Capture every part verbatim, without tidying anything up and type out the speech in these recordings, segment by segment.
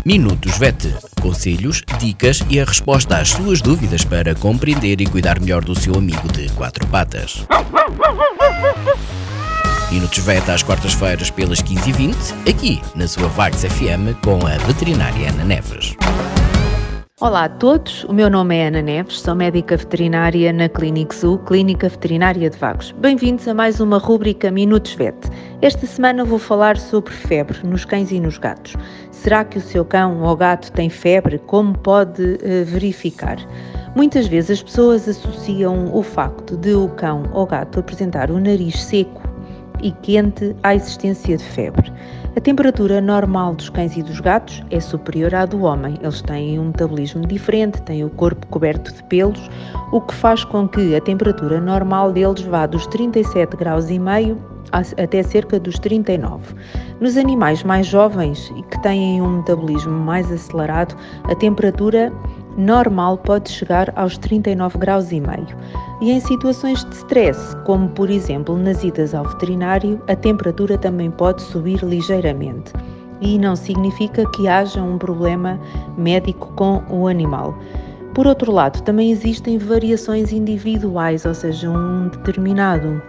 Minutos Vet. Conselhos, dicas e a resposta às suas dúvidas para compreender e cuidar melhor do seu amigo de quatro patas. Minutos Vet às quartas-feiras pelas quinze e vinte, aqui na sua Vagos F M com a veterinária Ana Neves. Olá a todos, o meu nome é Ana Neves, sou médica veterinária na Clinic Zoo, Clínica Veterinária de Vagos. Bem-vindos a mais uma rúbrica Minutos Vet. Esta semana vou falar sobre febre nos cães e nos gatos. Será que o seu cão ou gato tem febre? Como pode uh, verificar? Muitas vezes as pessoas associam o facto de o cão ou gato apresentar o nariz seco e quente à existência de febre. A temperatura normal dos cães e dos gatos é superior à do homem. Eles têm um metabolismo diferente, têm o corpo coberto de pelos, o que faz com que a temperatura normal deles vá dos trinta e sete graus e meio até cerca dos trinta e nove. Nos animais mais jovens e que têm um metabolismo mais acelerado, a temperatura normal pode chegar aos trinta e nove graus e meio. E em situações de stress, como por exemplo nas idas ao veterinário, a temperatura também pode subir ligeiramente. E não significa que haja um problema médico com o animal. Por outro lado, também existem variações individuais, ou seja, um determinado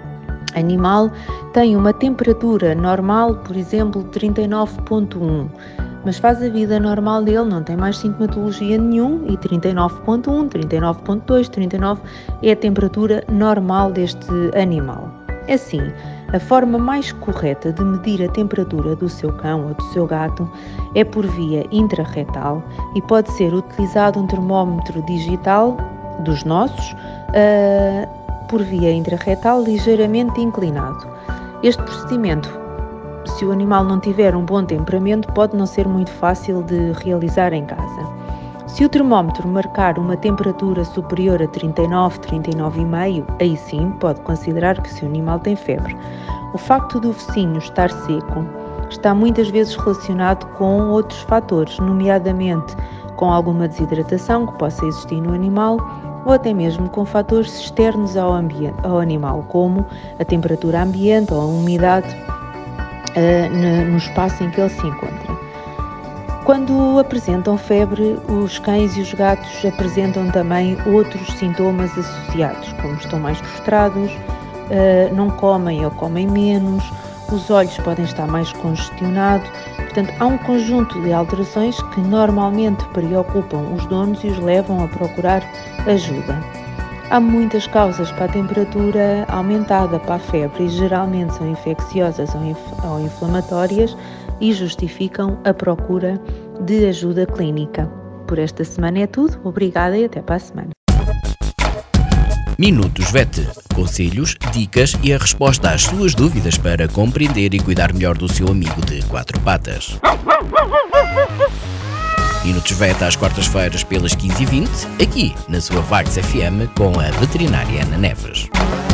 animal tem uma temperatura normal, por exemplo, trinta e nove vírgula um, mas faz a vida normal dele, não tem mais sintomatologia nenhum e trinta e nove vírgula um, trinta e nove vírgula dois, trinta e nove é a temperatura normal deste animal. Assim, a forma mais correta de medir a temperatura do seu cão ou do seu gato é por via intrarretal e pode ser utilizado um termómetro digital dos nossos, uh, por via intrarretal ligeiramente inclinado. Este procedimento, se o animal não tiver um bom temperamento, pode não ser muito fácil de realizar em casa. Se o termómetro marcar uma temperatura superior a trinta e nove, trinta e nove vírgula cinco, aí sim pode considerar que o seu animal tem febre. O facto do focinho estar seco está muitas vezes relacionado com outros fatores, nomeadamente com alguma desidratação que possa existir no animal, ou até mesmo com fatores externos ao, ambiente, ao animal, como a temperatura ambiente ou a umidade uh, no, no espaço em que ele se encontra. Quando apresentam febre, os cães e os gatos apresentam também outros sintomas associados, como estão mais prostrados, uh, não comem ou comem menos, os olhos podem estar mais congestionados. Portanto, há um conjunto de alterações que normalmente preocupam os donos e os levam a procurar ajuda. Há muitas causas para a temperatura aumentada, para a febre, e geralmente são infecciosas ou, inf- ou inflamatórias e justificam a procura de ajuda clínica. Por esta semana é tudo. Obrigada e até para a semana. Minutos Vet. Conselhos, dicas e a resposta às suas dúvidas para compreender e cuidar melhor do seu amigo de quatro patas. Minutos Vet às quartas-feiras pelas quinze e vinte, aqui na sua Vagos F M com a veterinária Ana Neves.